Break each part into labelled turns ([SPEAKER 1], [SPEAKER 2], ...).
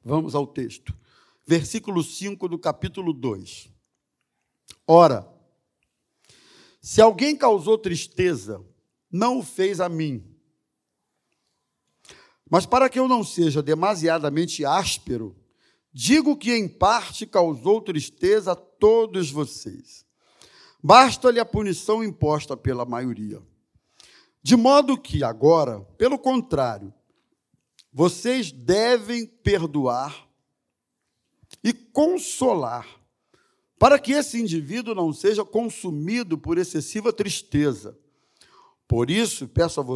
[SPEAKER 1] Vamos ao texto. Versículo 5 do capítulo 2. Ora, se alguém causou tristeza, não o fez a mim. Mas para que eu não seja demasiadamente áspero, digo que em parte causou tristeza a todos vocês. Basta-lhe a punição imposta pela maioria. De modo que agora, pelo contrário, vocês devem perdoar e consolar, para que esse indivíduo não seja consumido por excessiva tristeza. Por isso,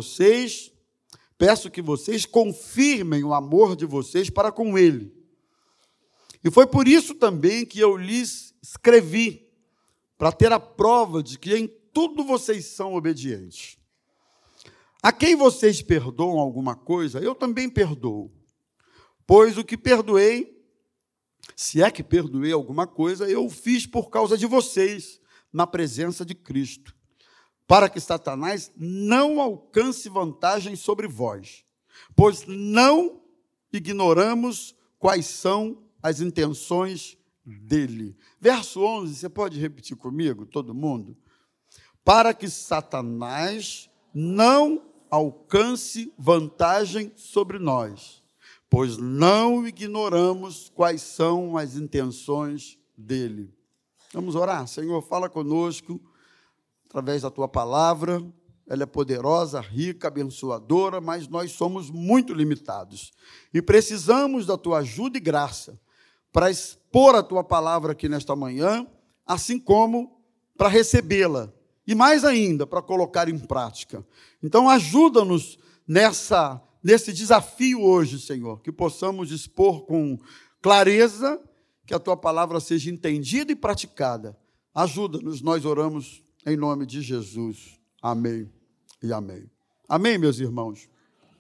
[SPEAKER 1] peço que vocês confirmem o amor de vocês para com ele. E foi por isso também que eu lhes escrevi, para ter a prova de que em tudo vocês são obedientes. A quem vocês perdoam alguma coisa, eu também perdoo. Pois o que perdoei, se é que perdoei alguma coisa, eu o fiz por causa de vocês, na presença de Cristo, para que Satanás não alcance vantagem sobre vós, pois não ignoramos quais são as intenções dele. Verso 11, você pode repetir comigo, todo mundo? Para que Satanás não alcance vantagem sobre nós, pois não ignoramos quais são as intenções dele. Vamos orar? Senhor, fala conosco através da tua palavra. Ela é poderosa, rica, abençoadora, mas nós somos muito limitados e precisamos da tua ajuda e graça para expor a tua palavra aqui nesta manhã, assim como para recebê-la e mais ainda para colocar em prática. Então ajuda-nos nesse desafio hoje, Senhor, que possamos expor com clareza, que a tua palavra seja entendida e praticada. Ajuda-nos, nós oramos em nome de Jesus. Amém e amém. Amém, meus irmãos?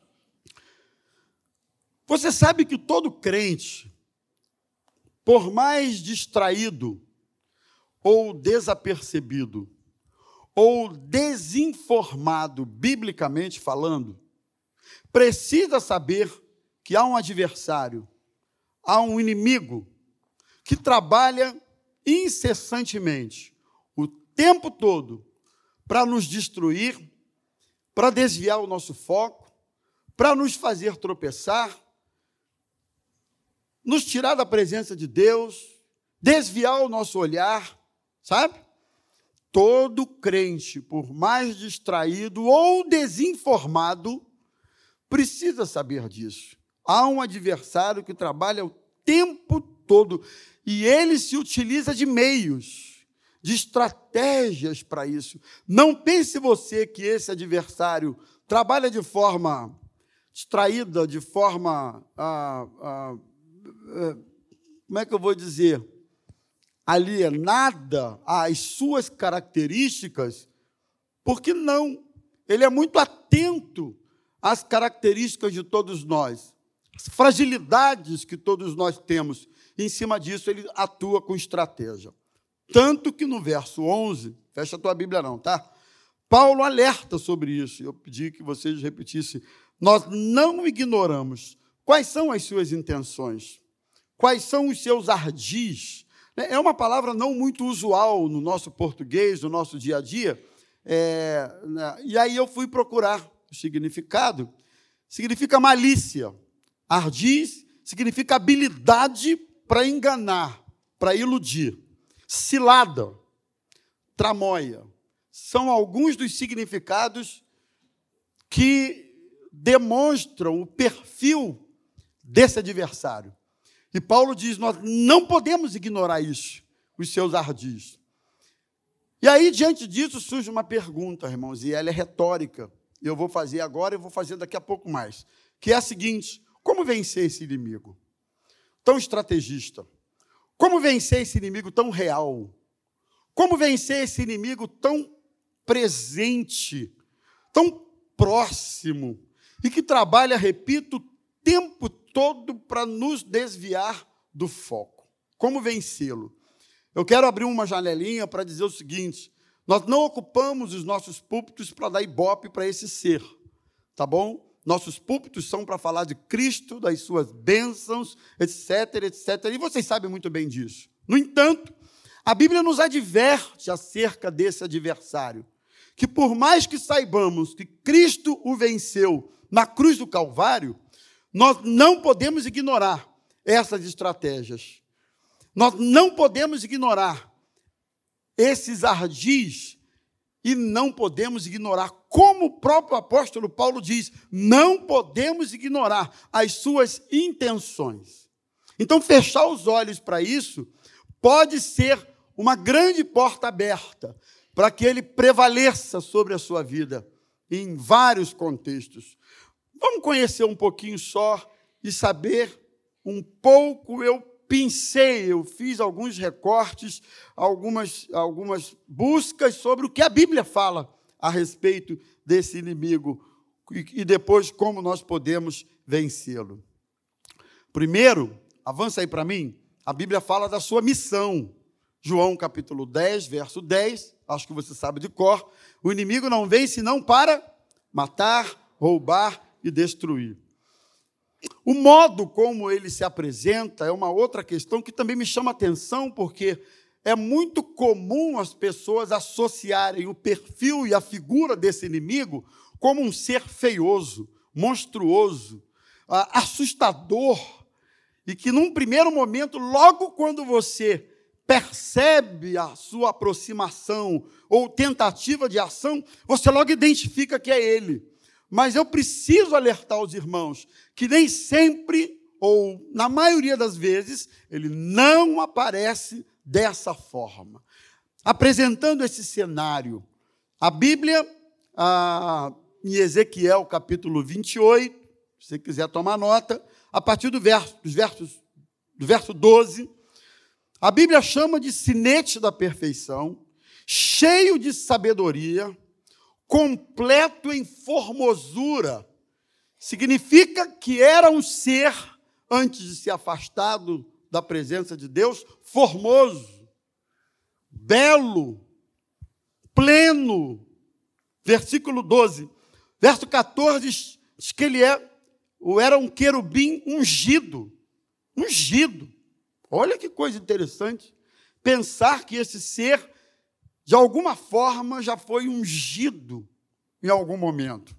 [SPEAKER 1] Você sabe que todo crente, por mais distraído, ou desapercebido, ou desinformado, biblicamente falando, precisa saber que há um adversário, há um inimigo, que trabalha incessantemente, o tempo todo, para nos destruir, para desviar o nosso foco, para nos fazer tropeçar, nos tirar da presença de Deus, desviar o nosso olhar, sabe? Todo crente, por mais distraído ou desinformado, precisa saber disso. Há um adversário que trabalha o tempo todo e ele se utiliza de meios, de estratégias para isso. Não pense você que esse adversário trabalha de forma distraída, de forma, como é que eu vou dizer, alienada às suas características, porque não. Ele é muito atento às características de todos nós, as fragilidades que todos nós temos. Em cima disso, ele atua com estratégia. Tanto que no verso 11, fecha a tua Bíblia não, tá? Paulo alerta sobre isso. Eu pedi que vocês repetissem. Nós não ignoramos quais são as suas intenções, quais são os seus ardis. É uma palavra não muito usual no nosso português, no nosso dia a dia. E aí eu fui procurar o significado. Significa malícia. Ardis significa habilidade para enganar, para iludir. Cilada, tramóia. São alguns dos significados que demonstram o perfil desse adversário. E Paulo diz, nós não podemos ignorar isso, os seus ardis. E aí, diante disso, surge uma pergunta, irmãos, e ela é retórica. Eu vou fazer agora e vou fazer daqui a pouco mais. Que é a seguinte, como vencer esse inimigo tão estrategista? Como vencer esse inimigo tão real? Como vencer esse inimigo tão presente, tão próximo, e que trabalha, repito, o tempo todo para nos desviar do foco? Como vencê-lo? Eu quero abrir uma janelinha para dizer o seguinte, nós não ocupamos os nossos púlpitos para dar ibope para esse ser, tá bom? nossos púlpitos são para falar de Cristo, das suas bênçãos, etc, etc. E vocês sabem muito bem disso. No entanto, a Bíblia nos adverte acerca desse adversário, que por mais que saibamos que Cristo o venceu na cruz do Calvário, nós não podemos ignorar essas estratégias. Nós não podemos ignorar esses ardis e não podemos ignorar, como o próprio apóstolo Paulo diz, não podemos ignorar as suas intenções. Então, fechar os olhos para isso pode ser uma grande porta aberta para que ele prevaleça sobre a sua vida em vários contextos. Vamos conhecer um pouquinho só e saber um pouco. Eu fiz alguns recortes, algumas buscas sobre o que a Bíblia fala a respeito desse inimigo e depois como nós podemos vencê-lo. Primeiro, avança aí para mim, a Bíblia fala da sua missão. João capítulo 10, verso 10, acho que você sabe de cor, o inimigo não vem senão para matar, roubar e destruir. O modo como ele se apresenta é uma outra questão que também me chama a atenção, porque é muito comum as pessoas associarem o perfil e a figura desse inimigo como um ser feioso, monstruoso, assustador, e que num primeiro momento, logo quando você percebe a sua aproximação ou tentativa de ação, você logo identifica que é ele. Mas eu preciso alertar os irmãos que nem sempre, ou na maioria das vezes, ele não aparece dessa forma. Apresentando esse cenário, a Bíblia, em Ezequiel, capítulo 28, se você quiser tomar nota, a partir do verso 12, a Bíblia chama de sinete da perfeição, cheio de sabedoria, completo em formosura. Significa que era um ser, antes de se afastar da presença de Deus, formoso, belo, pleno. Versículo 12. Verso 14 diz que ele era um querubim ungido. Ungido. Olha que coisa interessante. Pensar que esse ser, de alguma forma, já foi ungido em algum momento.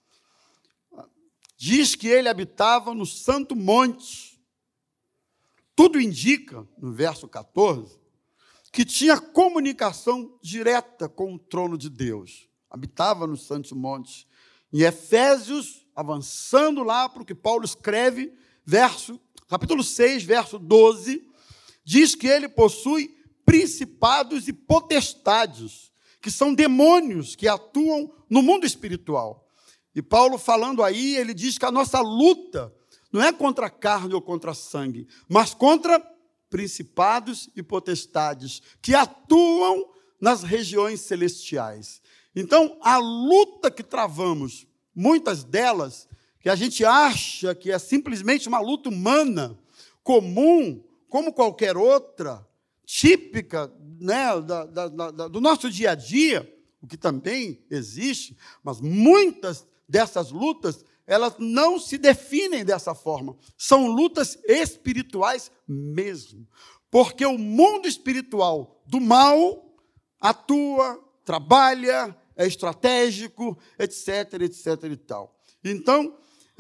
[SPEAKER 1] Diz que ele habitava no santo monte. Tudo indica, no verso 14, que tinha comunicação direta com o trono de Deus. Habitava no santo monte. Em Efésios, avançando lá para o que Paulo escreve, capítulo 6, verso 12, diz que ele possui principados e potestades, que são demônios que atuam no mundo espiritual. E Paulo falando aí, ele diz que a nossa luta não é contra a carne ou contra sangue, mas contra principados e potestades, que atuam nas regiões celestiais. Então, a luta que travamos, muitas delas, que a gente acha que é simplesmente uma luta humana, comum, como qualquer outra, típica, né, do nosso dia a dia, o que também existe, mas muitas dessas lutas, elas não se definem dessa forma. São lutas espirituais mesmo. Porque o mundo espiritual do mal atua, trabalha, é estratégico, etc, etc e tal. Então,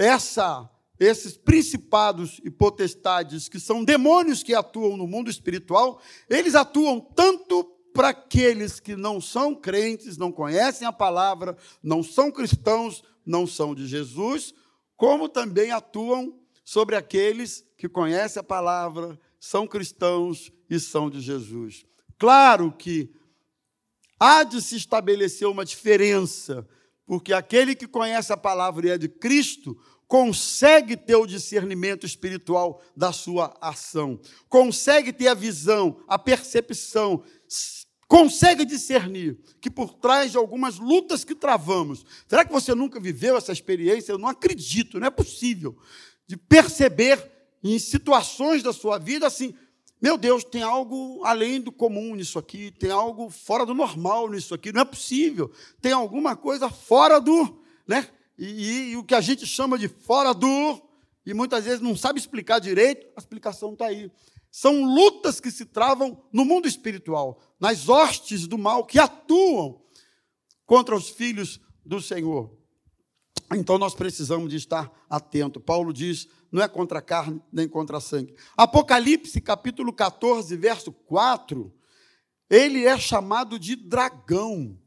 [SPEAKER 1] esses principados e potestades, que são demônios que atuam no mundo espiritual, eles atuam tanto para aqueles que não são crentes, não conhecem a palavra, não são cristãos, não são de Jesus, como também atuam sobre aqueles que conhecem a palavra, são cristãos e são de Jesus. Claro que há de se estabelecer uma diferença, porque aquele que conhece a palavra e é de Cristo consegue ter o discernimento espiritual da sua ação, consegue ter a visão, a percepção, consegue discernir que por trás de algumas lutas que travamos, será que você nunca viveu essa experiência? Eu não acredito, não é possível, de perceber em situações da sua vida assim, meu Deus, tem algo além do comum nisso aqui, tem algo fora do normal nisso aqui, não é possível, tem alguma coisa fora do, né? e o que a gente chama de fora do, e muitas vezes não sabe explicar direito, a explicação está aí. São lutas que se travam no mundo espiritual, nas hostes do mal que atuam contra os filhos do Senhor. Então, nós precisamos de estar atento. Paulo diz, não é contra a carne, nem contra a sangue. Apocalipse, capítulo 14, verso 4, ele é chamado de dragão.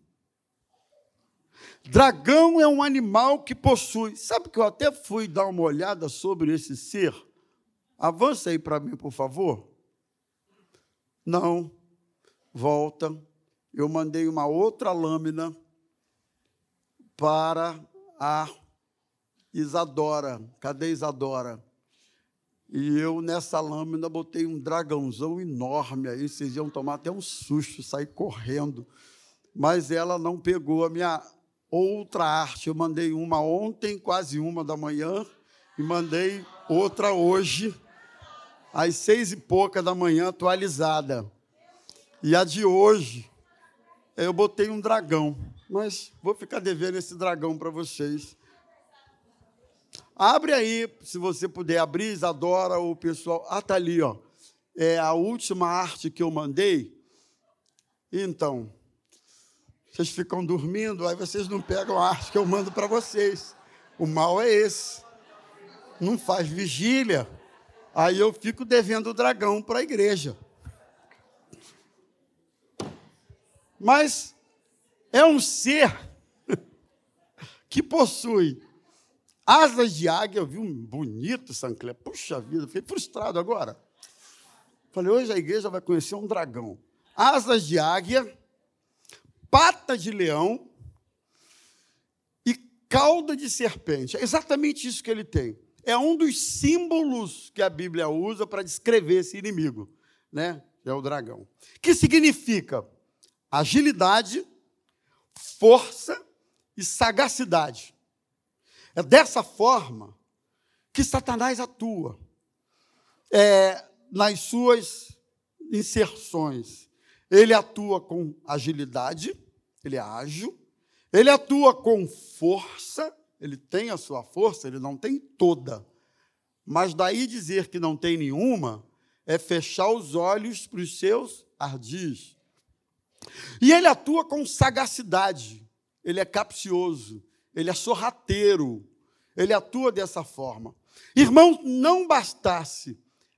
[SPEAKER 1] Dragão é um animal que possui... Sabe que eu até fui dar uma olhada sobre esse ser? Avança aí para mim, por favor. Não. Volta. Eu mandei uma outra lâmina para a Isadora. Cadê Isadora? E eu, nessa lâmina, botei um dragãozão enorme aí. Vocês iam tomar até um susto, sair correndo. Mas ela não pegou a minha outra arte. Eu mandei uma ontem, quase 1h, e mandei outra hoje, às 6h pouca, atualizada. E a de hoje, eu botei um dragão. Mas vou ficar devendo esse dragão para vocês. Abre aí, se você puder abrir, Isadora, o pessoal... Ah, está ali, ó. É a última arte que eu mandei. Então, vocês ficam dormindo, aí vocês não pegam a arte que eu mando para vocês. O mal é esse. Não faz vigília. Aí eu fico devendo o dragão para a igreja. Mas é um ser que possui asas de águia. Eu vi um bonito Sancler. Puxa vida, fiquei frustrado agora. Falei, hoje a igreja vai conhecer um dragão. Asas de águia, pata de leão e cauda de serpente. É exatamente isso que ele tem. É um dos símbolos que a Bíblia usa para descrever esse inimigo, né? É o dragão. Que significa agilidade, força e sagacidade. É dessa forma que Satanás atua nas suas inserções. Ele atua com agilidade, ele é ágil, ele atua com força, ele tem a sua força, ele não tem toda. Mas daí dizer que não tem nenhuma é fechar os olhos para os seus ardis. E ele atua com sagacidade, ele é capcioso, ele é sorrateiro, ele atua dessa forma. Irmãos, não bastasse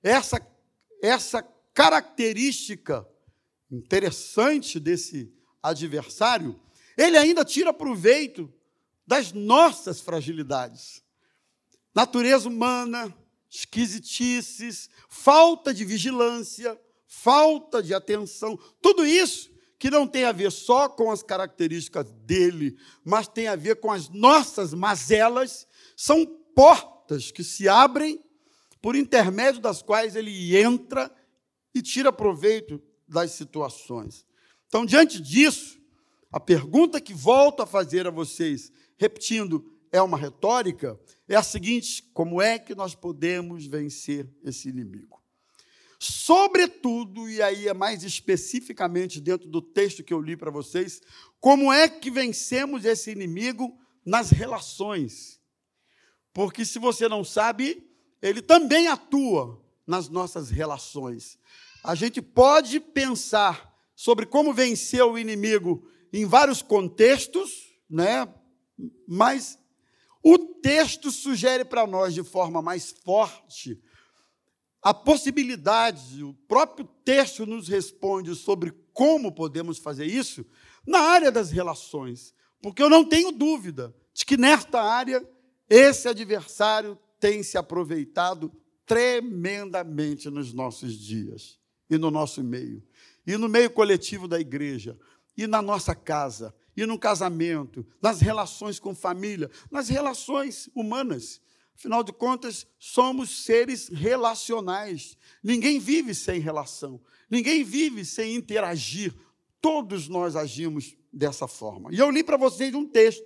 [SPEAKER 1] essa característica interessante desse adversário, ele ainda tira proveito das nossas fragilidades. Natureza humana, esquisitices, falta de vigilância, falta de atenção, tudo isso que não tem a ver só com as características dele, mas tem a ver com as nossas mazelas, são portas que se abrem por intermédio das quais ele entra e tira proveito das situações. Então, diante disso, a pergunta que volto a fazer a vocês, repetindo, é uma retórica, é a seguinte: como é que nós podemos vencer esse inimigo? Sobretudo, e aí é mais especificamente dentro do texto que eu li para vocês, como é que vencemos esse inimigo nas relações? Porque, se você não sabe, ele também atua nas nossas relações. A gente pode pensar sobre como vencer o inimigo em vários contextos, né? Mas o texto sugere para nós de forma mais forte a possibilidade, o próprio texto nos responde sobre como podemos fazer isso na área das relações, porque eu não tenho dúvida de que nesta área esse adversário tem se aproveitado tremendamente nos nossos dias e no nosso meio, e no meio coletivo da igreja, e na nossa casa, e no casamento, nas relações com família, nas relações humanas. Afinal de contas, somos seres relacionais. Ninguém vive sem relação. Ninguém vive sem interagir. Todos nós agimos dessa forma. E eu li para vocês um texto.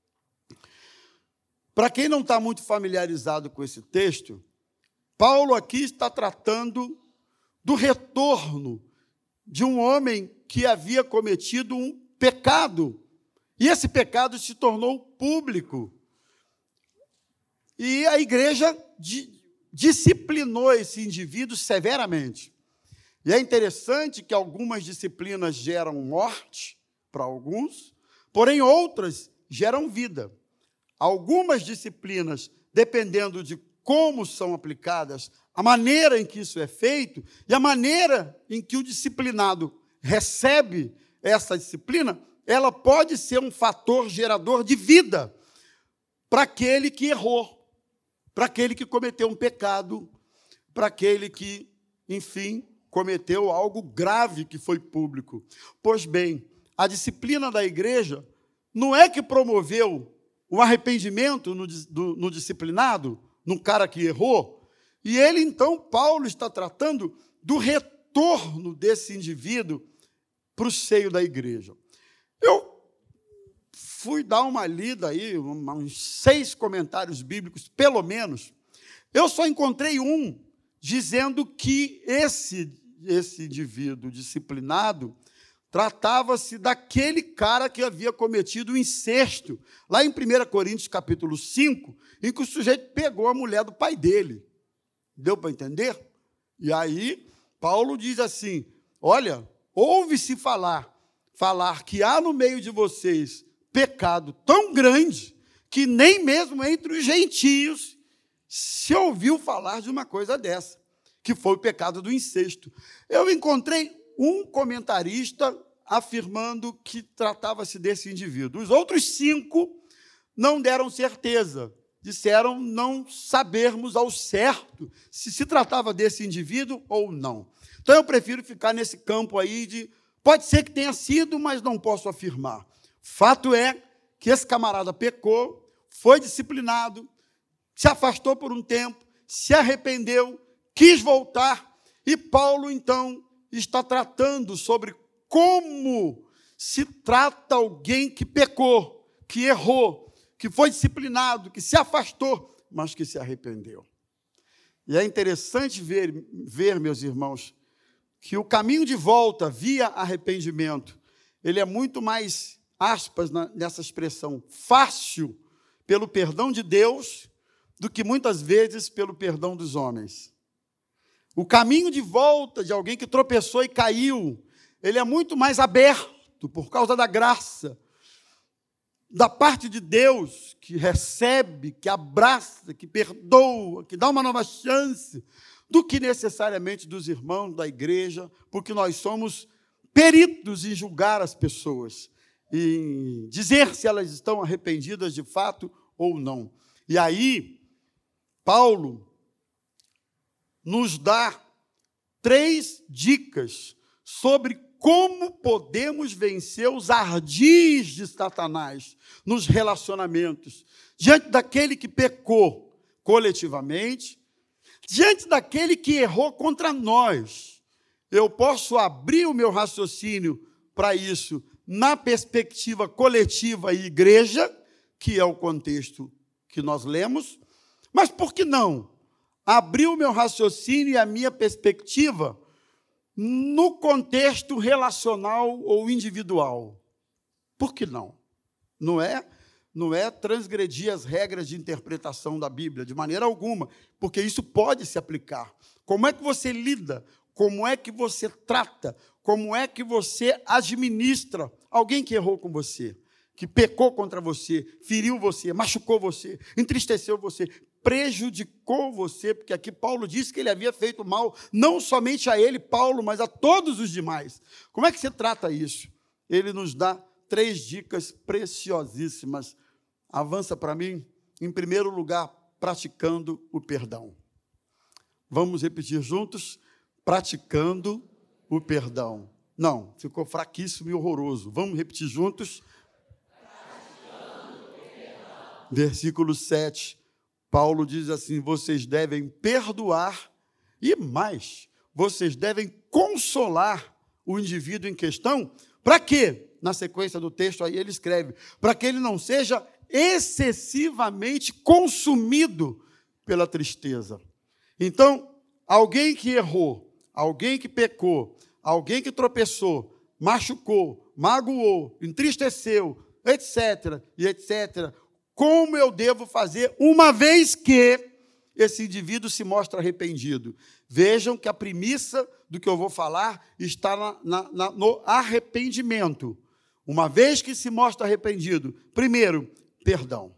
[SPEAKER 1] Para quem não está muito familiarizado com esse texto, Paulo aqui está tratando do retorno de um homem que havia cometido um pecado. E esse pecado se tornou público. E a igreja disciplinou esse indivíduo severamente. E é interessante que algumas disciplinas geram morte para alguns, porém outras geram vida. Algumas disciplinas, dependendo de como são aplicadas, a maneira em que isso é feito e a maneira em que o disciplinado recebe essa disciplina, ela pode ser um fator gerador de vida para aquele que errou, para aquele que cometeu um pecado, para aquele que, enfim, cometeu algo grave que foi público. Pois bem, a disciplina da igreja não é que promoveu o arrependimento no disciplinado, no cara que errou, e ele, então, Paulo está tratando do retorno desse indivíduo para o seio da igreja. Eu fui dar uma lida aí, uns 6 comentários bíblicos, pelo menos. Eu só encontrei um dizendo que esse indivíduo disciplinado tratava-se daquele cara que havia cometido o incesto, lá em 1 Coríntios, capítulo 5, em que o sujeito pegou a mulher do pai dele. Deu para entender? E aí, Paulo diz assim, olha, ouve-se falar que há no meio de vocês pecado tão grande que nem mesmo entre os gentios se ouviu falar de uma coisa dessa, que foi o pecado do incesto. Eu encontrei um comentarista afirmando que tratava-se desse indivíduo. Os outros 5 não deram certeza, disseram não sabermos ao certo se tratava desse indivíduo ou não. Então, eu prefiro ficar nesse campo aí de pode ser que tenha sido, mas não posso afirmar. Fato é que esse camarada pecou, foi disciplinado, se afastou por um tempo, se arrependeu, quis voltar, e Paulo, então, está tratando sobre como se trata alguém que pecou, que errou, que foi disciplinado, que se afastou, mas que se arrependeu. E é interessante ver, meus irmãos, que o caminho de volta via arrependimento, ele é muito mais, aspas, nessa expressão, fácil pelo perdão de Deus do que muitas vezes pelo perdão dos homens. O caminho de volta de alguém que tropeçou e caiu, ele é muito mais aberto por causa da graça, da parte de Deus, que recebe, que abraça, que perdoa, que dá uma nova chance, do que necessariamente dos irmãos da igreja, porque nós somos peritos em julgar as pessoas, em dizer se elas estão arrependidas de fato ou não. E aí, Paulo nos dá 3 dicas sobre como podemos vencer os ardis de Satanás nos relacionamentos, diante daquele que pecou coletivamente, diante daquele que errou contra nós. Eu posso abrir o meu raciocínio para isso na perspectiva coletiva e igreja, que é o contexto que nós lemos, mas por que não abrir o meu raciocínio e a minha perspectiva no contexto relacional ou individual? Por que não? Não é transgredir as regras de interpretação da Bíblia, de maneira alguma, porque isso pode se aplicar. Como é que você lida? Como é que você trata? Como é que você administra alguém que errou com você, que pecou contra você, feriu você, machucou você, entristeceu você, prejudicou você, porque aqui Paulo disse que ele havia feito mal, não somente a ele, Paulo, mas a todos os demais. Como é que você trata isso? Ele nos dá 3 dicas preciosíssimas. Avança para mim. Em primeiro lugar, praticando o perdão. Vamos repetir juntos? Praticando o perdão. Não, ficou fraquíssimo e horroroso. Vamos repetir juntos? Praticando o perdão. Versículo 7. Paulo diz assim, vocês devem perdoar e mais, vocês devem consolar o indivíduo em questão. Para quê? Na sequência do texto aí ele escreve, para que ele não seja excessivamente consumido pela tristeza. Então, alguém que errou, alguém que pecou, alguém que tropeçou, machucou, magoou, entristeceu, etc., e etc., como eu devo fazer, uma vez que esse indivíduo se mostra arrependido. Vejam que a premissa do que eu vou falar está no arrependimento. Uma vez que se mostra arrependido, primeiro, perdão.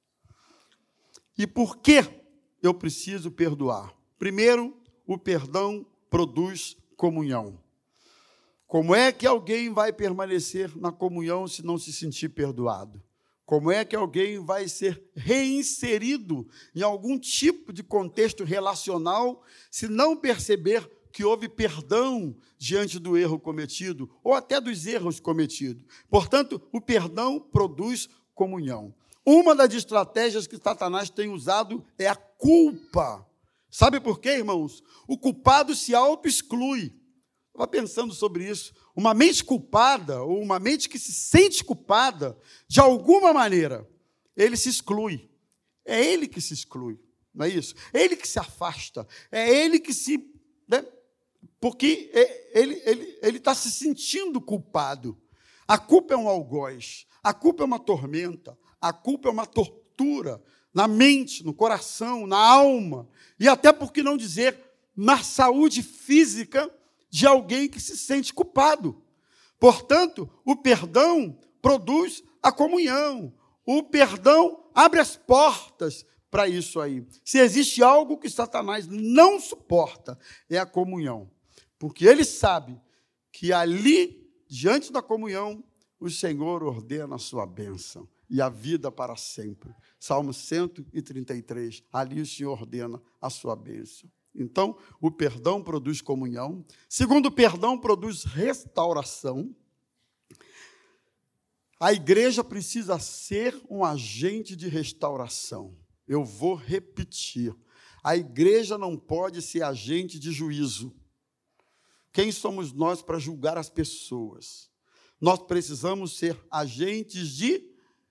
[SPEAKER 1] E por que eu preciso perdoar? Primeiro, o perdão produz comunhão. Como é que alguém vai permanecer na comunhão se não se sentir perdoado? Como é que alguém vai ser reinserido em algum tipo de contexto relacional se não perceber que houve perdão diante do erro cometido ou até dos erros cometidos? Portanto, o perdão produz comunhão. Uma das estratégias que Satanás tem usado é a culpa. Sabe por quê, irmãos? O culpado se auto-exclui. Estava pensando sobre isso. Uma mente culpada, ou uma mente que se sente culpada, de alguma maneira, ele se exclui. É ele que se exclui, não é isso? É ele que se afasta. É ele que se... Né? Porque ele está se sentindo culpado. A culpa é um algoz. A culpa é uma tormenta. A culpa é uma tortura na mente, no coração, na alma. E até, por que não dizer, na saúde física de alguém que se sente culpado. Portanto, o perdão produz a comunhão. O perdão abre as portas para isso aí. Se existe algo que Satanás não suporta, é a comunhão. Porque ele sabe que ali, diante da comunhão, o Senhor ordena a sua bênção e a vida para sempre. Salmo 133, ali o Senhor ordena a sua bênção. Então, o perdão produz comunhão. Segundo, o perdão produz restauração. A igreja precisa ser um agente de restauração. Eu vou repetir. A igreja não pode ser agente de juízo. Quem somos nós para julgar as pessoas? Nós precisamos ser agentes de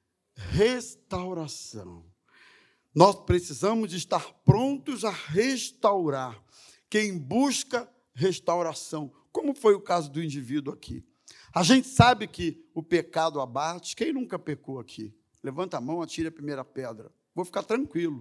[SPEAKER 1] restauração. Nós precisamos de estar prontos a restaurar. Quem busca restauração, como foi o caso do indivíduo aqui. A gente sabe que o pecado abate. Quem nunca pecou aqui? Levanta a mão, atire a primeira pedra. Vou ficar tranquilo.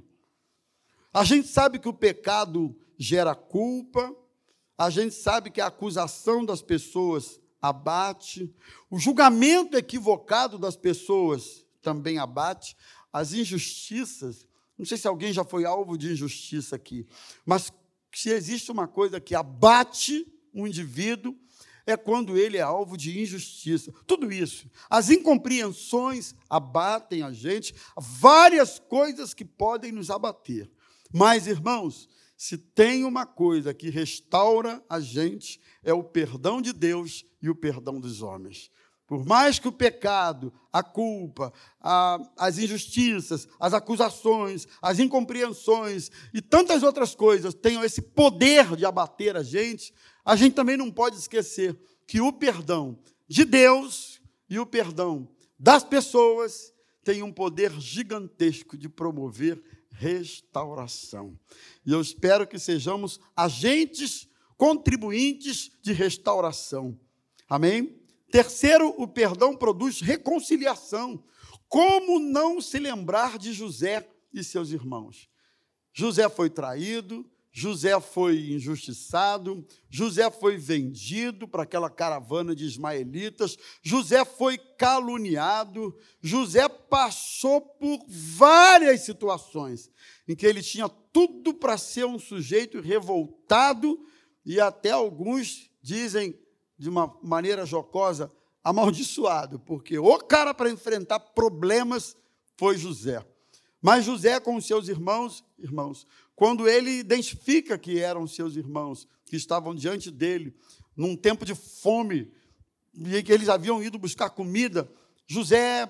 [SPEAKER 1] A gente sabe que o pecado gera culpa. A gente sabe que a acusação das pessoas abate. O julgamento equivocado das pessoas também abate. As injustiças, não sei se alguém já foi alvo de injustiça aqui, mas se existe uma coisa que abate um indivíduo, é quando ele é alvo de injustiça. Tudo isso, as incompreensões abatem a gente, várias coisas que podem nos abater. Mas, irmãos, se tem uma coisa que restaura a gente, é o perdão de Deus e o perdão dos homens. Por mais que o pecado, a culpa, as injustiças, as acusações, as incompreensões e tantas outras coisas tenham esse poder de abater a gente também não pode esquecer que o perdão de Deus e o perdão das pessoas tem um poder gigantesco de promover restauração. E eu espero que sejamos agentes contribuintes de restauração. Amém? Terceiro, o perdão produz reconciliação. Como não se lembrar de José e seus irmãos? José foi traído, José foi injustiçado, José foi vendido para aquela caravana de ismaelitas, José foi caluniado, José passou por várias situações em que ele tinha tudo para ser um sujeito revoltado e até alguns dizem, de uma maneira jocosa, amaldiçoado, porque o cara para enfrentar problemas foi José. Mas José com os seus irmãos, quando ele identifica que eram seus irmãos, que estavam diante dele, num tempo de fome, e que eles haviam ido buscar comida, José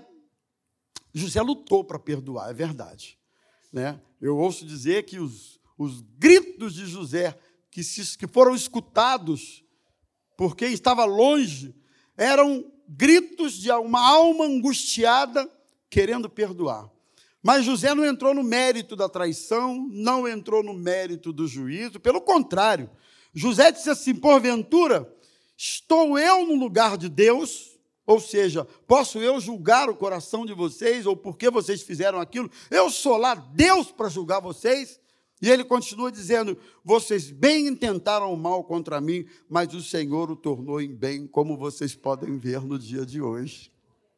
[SPEAKER 1] lutou para perdoar, é verdade. Né? Eu ouço dizer que os gritos de José, que foram escutados por quem estava longe, eram gritos de uma alma angustiada querendo perdoar. Mas José não entrou no mérito da traição, não entrou no mérito do juízo, pelo contrário, José disse assim, porventura, estou eu no lugar de Deus? Ou seja, posso eu julgar o coração de vocês, ou por que vocês fizeram aquilo? Eu sou lá Deus para julgar vocês? E ele continua dizendo, vocês bem intentaram o mal contra mim, mas o Senhor o tornou em bem, como vocês podem ver no dia de hoje.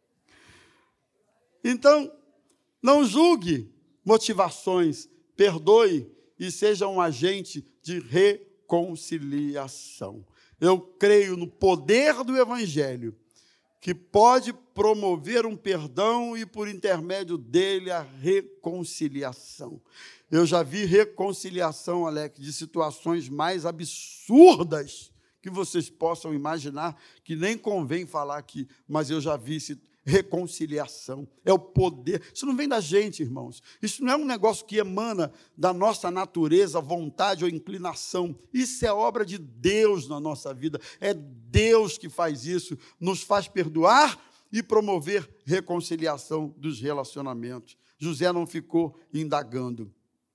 [SPEAKER 1] Então, não julgue motivações, perdoe e seja um agente de reconciliação. Eu creio no poder do Evangelho, que pode promover um perdão e, por intermédio dele, a reconciliação. Eu já vi reconciliação, Alex, de situações mais absurdas que vocês possam imaginar, que nem convém falar aqui, mas eu já vi reconciliação. É o poder. Isso não vem da gente, irmãos. Isso não é um negócio que emana da nossa natureza, vontade ou inclinação. Isso é obra de Deus na nossa vida. É Deus que faz isso, nos faz perdoar e promover reconciliação dos relacionamentos. José não ficou indagando.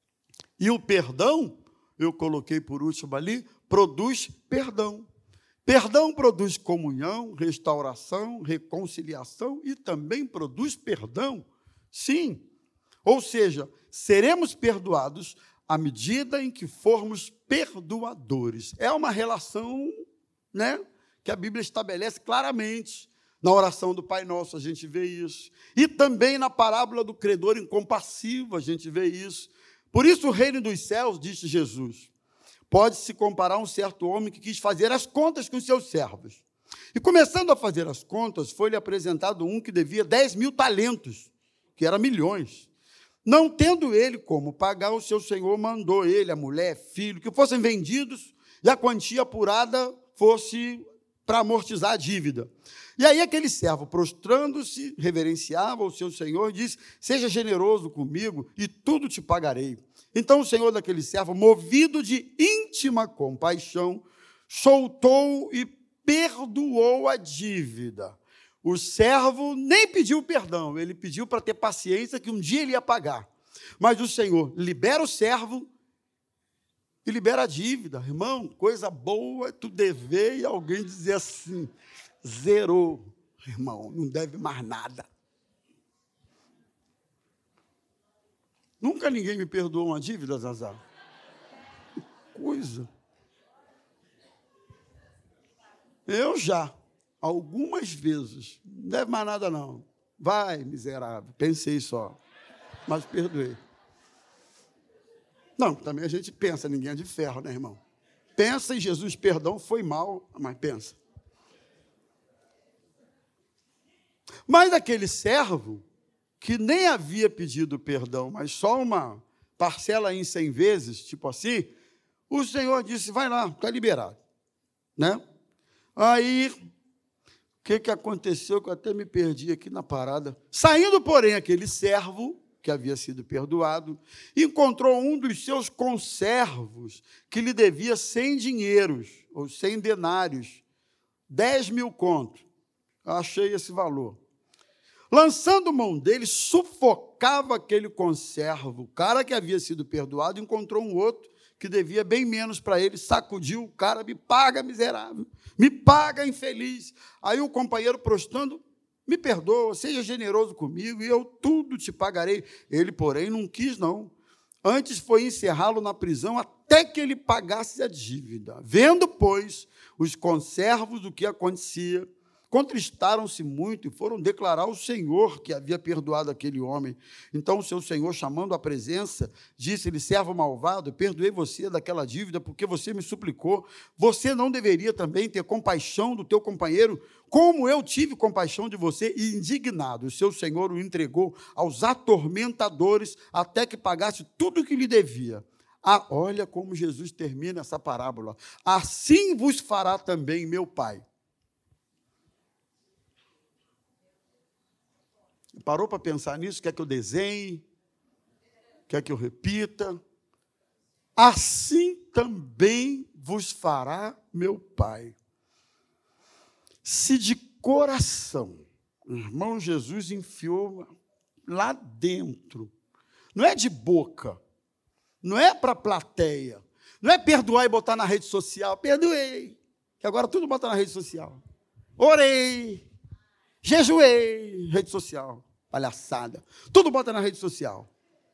[SPEAKER 1] E o perdão, eu coloquei por último ali, produz perdão. Perdão produz comunhão, restauração, reconciliação e também produz perdão. Sim. Ou seja, seremos perdoados à medida em que formos perdoadores. É uma relação, né, que a Bíblia estabelece claramente. Na oração do Pai Nosso a gente vê isso. E também na parábola do credor incompassivo a gente vê isso. Por isso o reino dos céus, disse Jesus, pode-se comparar a um certo homem que quis fazer as contas com seus servos. E começando a fazer as contas, foi-lhe apresentado um que devia 10.000 talentos, que era milhões. Não tendo ele como pagar, o seu senhor mandou ele, a mulher, filho, que fossem vendidos e a quantia apurada fosse para amortizar a dívida. E aí aquele servo, prostrando-se, reverenciava o seu senhor, disse, seja generoso comigo e tudo te pagarei. Então o senhor daquele servo, movido de íntima compaixão, soltou e perdoou a dívida. O servo nem pediu perdão, ele pediu para ter paciência que um dia ele ia pagar. Mas o Senhor libera o servo e libera a dívida. Irmão, coisa boa é tu dever e alguém dizer assim, zerou, irmão, não deve mais nada. Nunca ninguém me perdoou uma dívida, Zazá. Que coisa. Eu já, algumas vezes, não deve mais nada não. Vai, miserável, pensei só, mas perdoei. Não, também a gente pensa, ninguém é de ferro, né, irmão? Pensa em Jesus, perdão, foi mal, mas pensa. Mas aquele servo, que nem havia pedido perdão, mas só uma parcela em 100 vezes, tipo assim, o Senhor disse, vai lá, está liberado. Né? Aí, o que aconteceu, que eu até me perdi aqui na parada. Saindo, porém, aquele servo, que havia sido perdoado, encontrou um dos seus conservos, que lhe devia 100 dinheiros, ou 100 denários, 10.000 contos. Achei esse valor. Lançando mão dele, sufocava aquele conservo. O cara que havia sido perdoado encontrou um outro que devia bem menos para ele, sacudiu o cara, me paga, miserável, me paga, infeliz. Aí o companheiro, prostrando, me perdoa, seja generoso comigo e eu tudo te pagarei. Ele, porém, não quis, não. Antes foi encerrá-lo na prisão até que ele pagasse a dívida. Vendo, pois, os conservos o que acontecia, contristaram-se muito e foram declarar ao Senhor que havia perdoado aquele homem. Então o seu senhor, chamando à presença, disse-lhe, servo malvado, perdoei você daquela dívida porque você me suplicou. Você não deveria também ter compaixão do teu companheiro, como eu tive compaixão de você? E indignado, o seu senhor o entregou aos atormentadores até que pagasse tudo o que lhe devia. Ah, olha como Jesus termina essa parábola. Assim vos fará também meu Pai. Parou para pensar nisso? Quer que eu desenhe? Quer que eu repita? Assim também vos fará meu Pai. Se de coração, o irmão Jesus enfiou lá dentro, não é de boca, não é para a plateia, não é perdoar e botar na rede social, perdoei, que agora tudo bota na rede social. Orei, Jejuei, rede social, palhaçada. Tudo bota na rede social.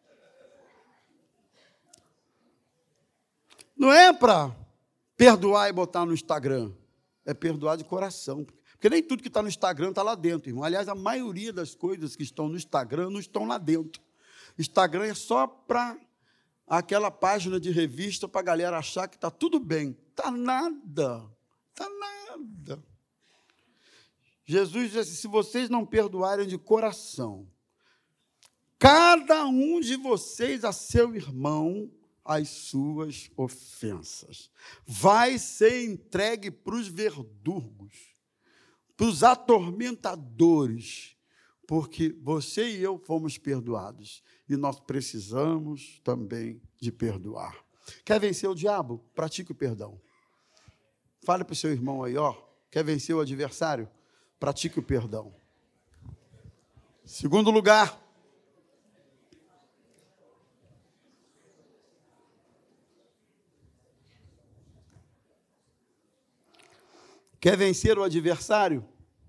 [SPEAKER 1] Não é para perdoar e botar no Instagram. É perdoar de coração. Porque nem tudo que está no Instagram está lá dentro, irmão. Aliás, a maioria das coisas que estão no Instagram não estão lá dentro. Instagram é só para aquela página de revista para a galera achar que está tudo bem. Está nada. Está nada. Jesus disse, se vocês não perdoarem de coração, cada um de vocês a seu irmão as suas ofensas, vai ser entregue para os verdugos, para os atormentadores, porque você e eu fomos perdoados, e nós precisamos também de perdoar. Quer vencer o diabo? Pratique o perdão. Fale para o seu irmão aí, ó, quer vencer o adversário? Pratique o perdão. Segundo lugar, quer vencer o adversário?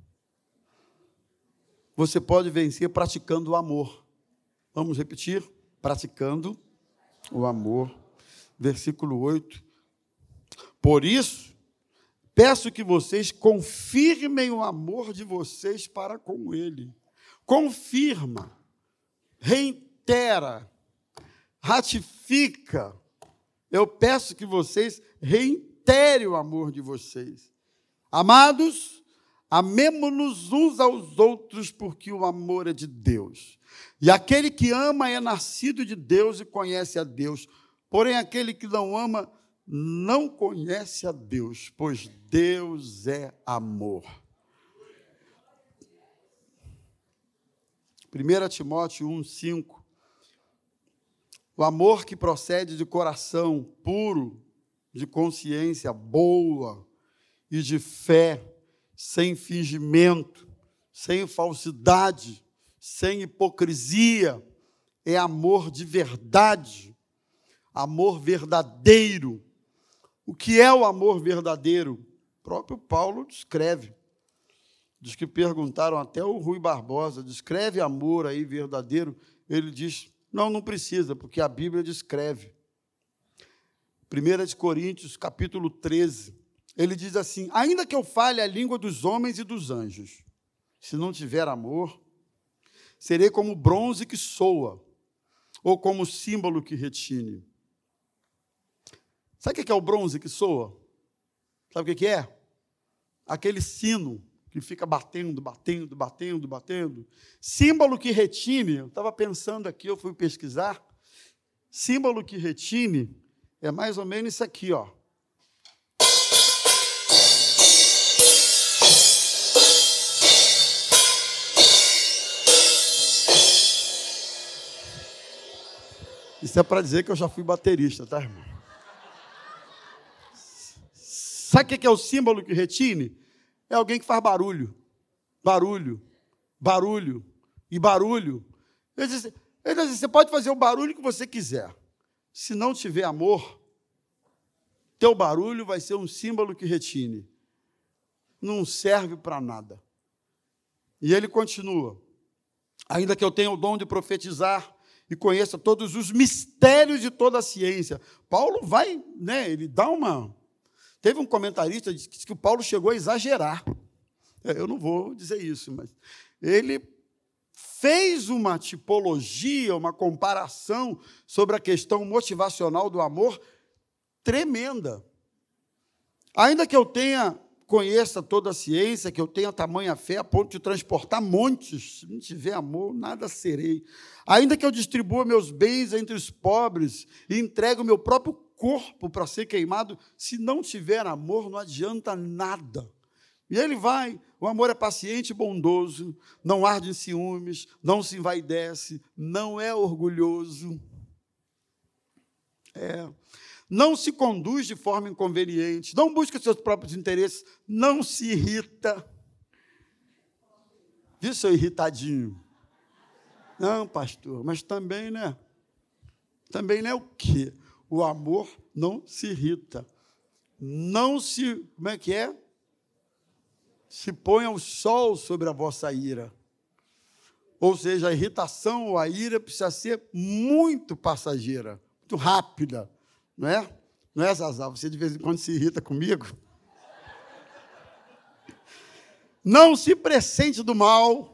[SPEAKER 1] Você pode vencer praticando o amor. Vamos repetir? Praticando o amor. Versículo 8. Por isso, peço que vocês confirmem o amor de vocês para com ele. Confirma, reitera, ratifica. Eu peço que vocês reiterem o amor de vocês. Amados, amemo-nos uns aos outros, porque o amor é de Deus. E aquele que ama é nascido de Deus e conhece a Deus. Porém, aquele que não ama não conhece a Deus, pois Deus é amor. 1 Timóteo 1,5. O amor que procede de coração puro, de consciência boa e de fé, sem fingimento, sem falsidade, sem hipocrisia, é amor de verdade, amor verdadeiro. O que é o amor verdadeiro? O próprio Paulo descreve. Dos que perguntaram, até o Rui Barbosa, descreve amor aí verdadeiro. Ele diz, não precisa, porque a Bíblia descreve. 1 Coríntios, capítulo 13, ele diz assim, ainda que eu fale a língua dos homens e dos anjos, se não tiver amor, serei como bronze que soa, ou como símbolo que retine. Sabe o que é o bronze que soa? Sabe o que é? Aquele sino que fica batendo. Símbolo que retine, eu estava pensando aqui, eu fui pesquisar, símbolo que retine é mais ou menos isso aqui, ó. Isso é para dizer que eu já fui baterista, tá, irmão? Sabe o que é o símbolo que retine? É alguém que faz barulho. E barulho. Ele diz, você pode fazer o barulho que você quiser. Se não tiver amor, teu barulho vai ser um símbolo que retine. Não serve para nada. E ele continua. Ainda que eu tenha o dom de profetizar e conheça todos os mistérios de toda a ciência. Paulo vai, ele dá uma... Teve um comentarista que disse que o Paulo chegou a exagerar. Eu não vou dizer isso, mas ele fez uma tipologia, uma comparação sobre a questão motivacional do amor tremenda. Ainda que eu conheça toda a ciência, que eu tenha tamanha fé a ponto de transportar montes, se não tiver amor, nada serei. Ainda que eu distribua meus bens entre os pobres e entregue o meu próprio corpo para ser queimado, se não tiver amor, não adianta nada. E ele vai, o amor é paciente e bondoso, não arde em ciúmes, não se envaidece, não é orgulhoso, não se conduz de forma inconveniente, não busca seus próprios interesses, não se irrita. Viu, seu irritadinho? Não, pastor, mas também, né? Também não é o quê? O amor não se irrita. Não se... Como é que é? se ponha o sol sobre a vossa ira. Ou seja, a irritação ou a ira precisa ser muito passageira, muito rápida, não é? Não é, Zazá? Você de vez em quando se irrita comigo? Não se pressente do mal.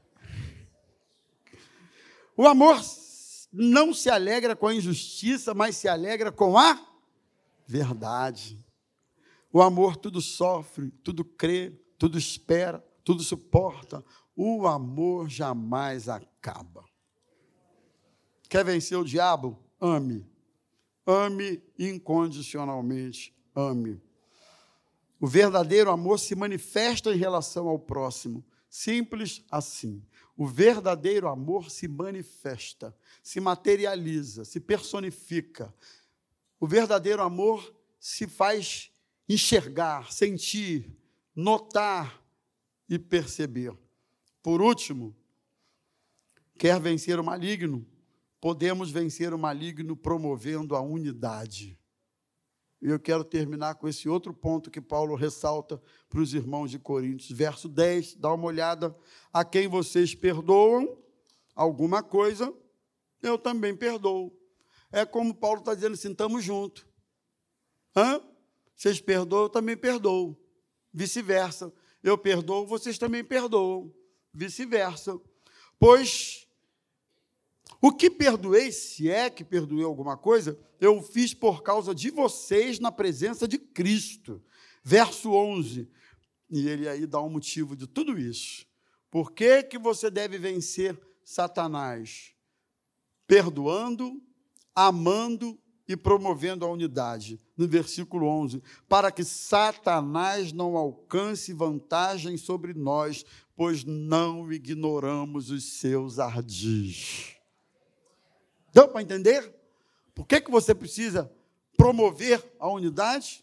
[SPEAKER 1] O amor não se alegra com a injustiça, mas se alegra com a verdade. O amor tudo sofre, tudo crê, tudo espera, tudo suporta. O amor jamais acaba. Quer vencer o diabo? Ame. Ame incondicionalmente. Ame. O verdadeiro amor se manifesta em relação ao próximo. Simples assim. O verdadeiro amor se manifesta, se materializa, se personifica. O verdadeiro amor se faz enxergar, sentir, notar e perceber. Por último, quer vencer o maligno? Podemos vencer o maligno promovendo a unidade. E eu quero terminar com esse outro ponto que Paulo ressalta para os irmãos de Coríntios. Verso 10, dá uma olhada. A quem vocês perdoam alguma coisa, eu também perdoo. É como Paulo está dizendo assim, estamos juntos. Vocês perdoam, eu também perdoo. Vice-versa. Eu perdoo, vocês também perdoam. Vice-versa. Pois o que perdoei, se é que perdoei alguma coisa, eu fiz por causa de vocês na presença de Cristo. Verso 11. E ele aí dá um motivo de tudo isso. Por que que você deve vencer Satanás? Perdoando, amando e promovendo a unidade. No versículo 11. Para que Satanás não alcance vantagem sobre nós, pois não ignoramos os seus ardis. Deu para entender? Por que que você precisa promover a unidade?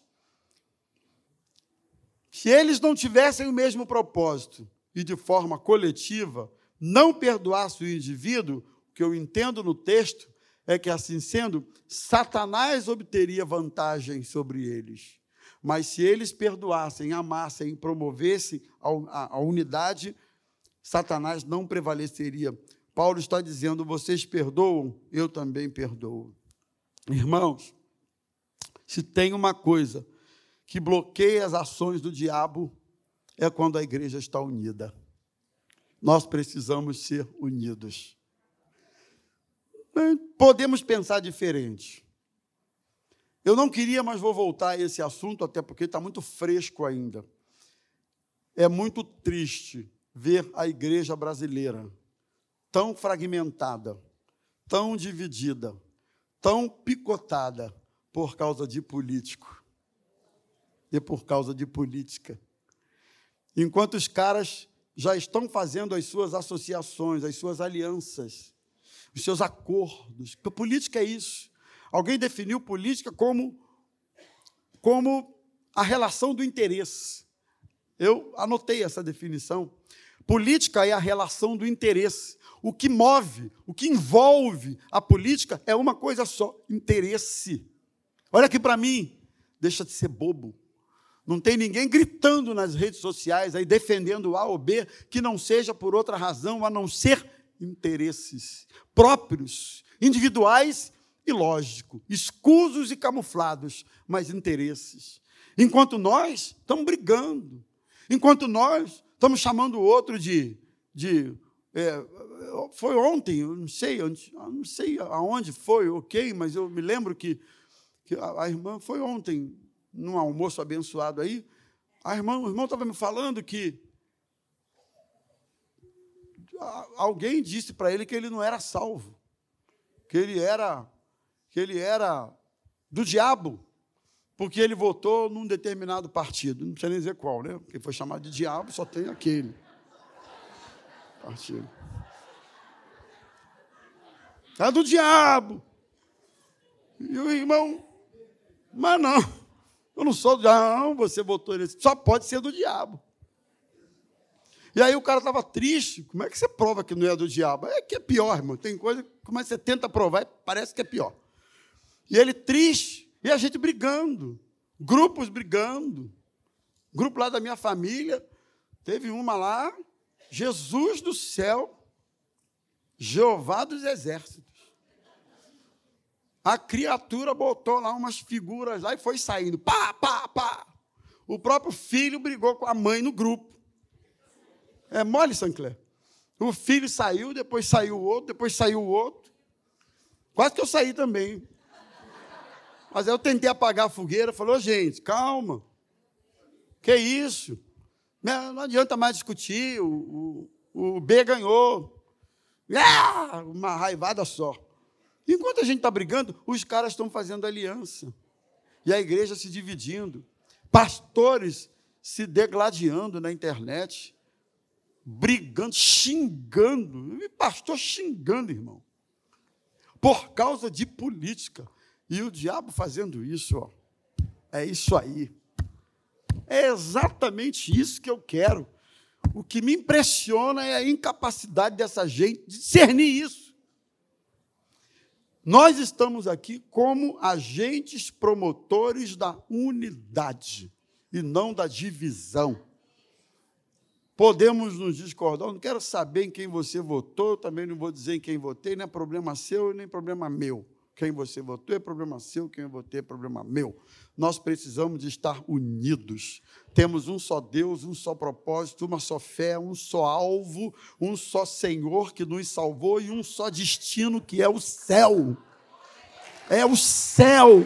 [SPEAKER 1] Se eles não tivessem o mesmo propósito e de forma coletiva, não perdoasse o indivíduo, o que eu entendo no texto é que, assim sendo, Satanás obteria vantagem sobre eles. Mas se eles perdoassem, amassem e promovessem a unidade, Satanás não prevaleceria. Paulo está dizendo, vocês perdoam, eu também perdoo. Irmãos, se tem uma coisa que bloqueia as ações do diabo, é quando a igreja está unida. Nós precisamos ser unidos. Podemos pensar diferente. Eu não queria, mas vou voltar a esse assunto, até porque está muito fresco ainda. É muito triste ver a igreja brasileira tão fragmentada, tão dividida, tão picotada por causa de político e por causa de política. Enquanto os caras já estão fazendo as suas associações, as suas alianças, os seus acordos. Porque política é isso. Alguém definiu política como a relação do interesse. Eu anotei essa definição. Política é a relação do interesse. O que move, o que envolve a política é uma coisa só, interesse. Olha aqui para mim, deixa de ser bobo. Não tem ninguém gritando nas redes sociais, aí defendendo A ou B, que não seja por outra razão, a não ser interesses próprios, individuais e lógico, escusos e camuflados, mas interesses. Enquanto nós estamos brigando, enquanto nós estamos chamando o outro foi ontem, eu não sei aonde foi, ok, mas eu me lembro que a irmã foi ontem, num almoço abençoado aí, o irmão estava me falando que alguém disse para ele que ele não era salvo, que ele era do diabo, porque ele votou num determinado partido, não precisa nem dizer qual, né? Porque foi chamado de diabo, só tem aquele partido. É do diabo. E o irmão, mas não, eu não sou do diabo, não, você votou nesse, só pode ser do diabo. E aí o cara estava triste, como é que você prova que não é do diabo? É que é pior, irmão, tem coisa que como você tenta provar e parece que é pior. E ele triste, e a gente brigando, grupos brigando, grupo lá da minha família, Teve uma lá, Jesus do céu, Jeová dos exércitos. A criatura botou lá umas figuras lá e foi saindo. Pá, pá, pá. O próprio filho brigou com a mãe no grupo. É mole, Sancler? O filho saiu, depois saiu o outro, depois saiu o outro. Quase que eu saí também. Mas aí eu tentei apagar a fogueira, falei, gente, calma. Que isso? Não adianta mais discutir, o B ganhou. Uma raivada só. Enquanto a gente está brigando, os caras estão fazendo aliança. E a igreja se dividindo. Pastores se degladiando na internet. Brigando, xingando. E pastor xingando, irmão. Por causa de política. E o diabo fazendo isso, ó. É isso aí. É exatamente isso que eu quero. O que me impressiona é a incapacidade dessa gente de discernir isso. Nós estamos aqui como agentes promotores da unidade e não da divisão. Podemos nos discordar, eu não quero saber em quem você votou, eu também não vou dizer em quem votei, não é problema seu nem problema meu. Quem você votou é problema seu, quem eu votei é problema meu. Nós precisamos de estar unidos. Temos um só Deus, um só propósito, uma só fé, um só alvo, um só Senhor que nos salvou e um só destino que é o céu. É o céu.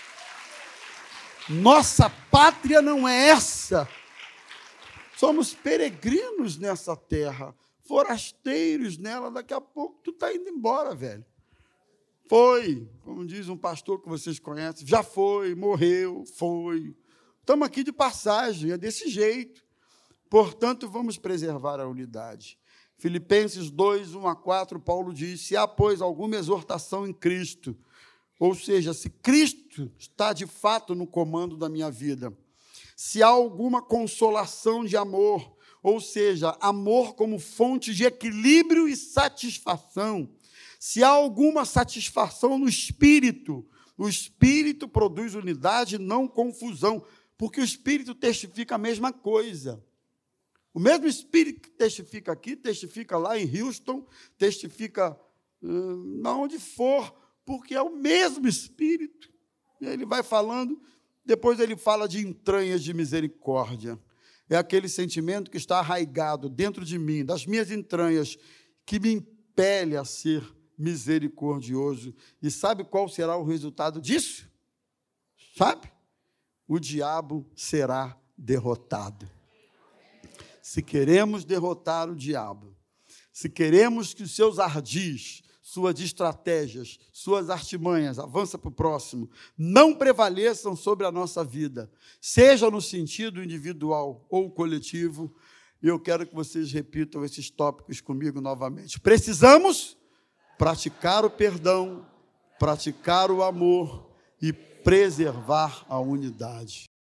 [SPEAKER 1] Nossa pátria não é essa. Somos peregrinos nessa terra, forasteiros nela. Daqui a pouco tu está indo embora, velho. Foi, como diz um pastor que vocês conhecem, já foi, morreu, foi. Estamos aqui de passagem, é desse jeito. Portanto, vamos preservar a unidade. Filipenses 2, 1-4, Paulo diz, se há, pois, alguma exortação em Cristo, ou seja, se Cristo está de fato no comando da minha vida, se há alguma consolação de amor, ou seja, amor como fonte de equilíbrio e satisfação, se há alguma satisfação no Espírito, o Espírito produz unidade, não confusão, porque o Espírito testifica a mesma coisa. O mesmo Espírito que testifica aqui, testifica lá em Houston, testifica onde for, porque é o mesmo Espírito. Ele vai falando, depois ele fala de entranhas de misericórdia. É aquele sentimento que está arraigado dentro de mim, das minhas entranhas, que me impele a ser misericordioso. E sabe qual será o resultado disso? Sabe? O diabo será derrotado. Se queremos derrotar o diabo, se queremos que os seus ardis, suas estratégias, suas artimanhas, avança para o próximo, não prevaleçam sobre a nossa vida, seja no sentido individual ou coletivo, eu quero que vocês repitam esses tópicos comigo novamente. Precisamos praticar o perdão, praticar o amor e preservar a unidade.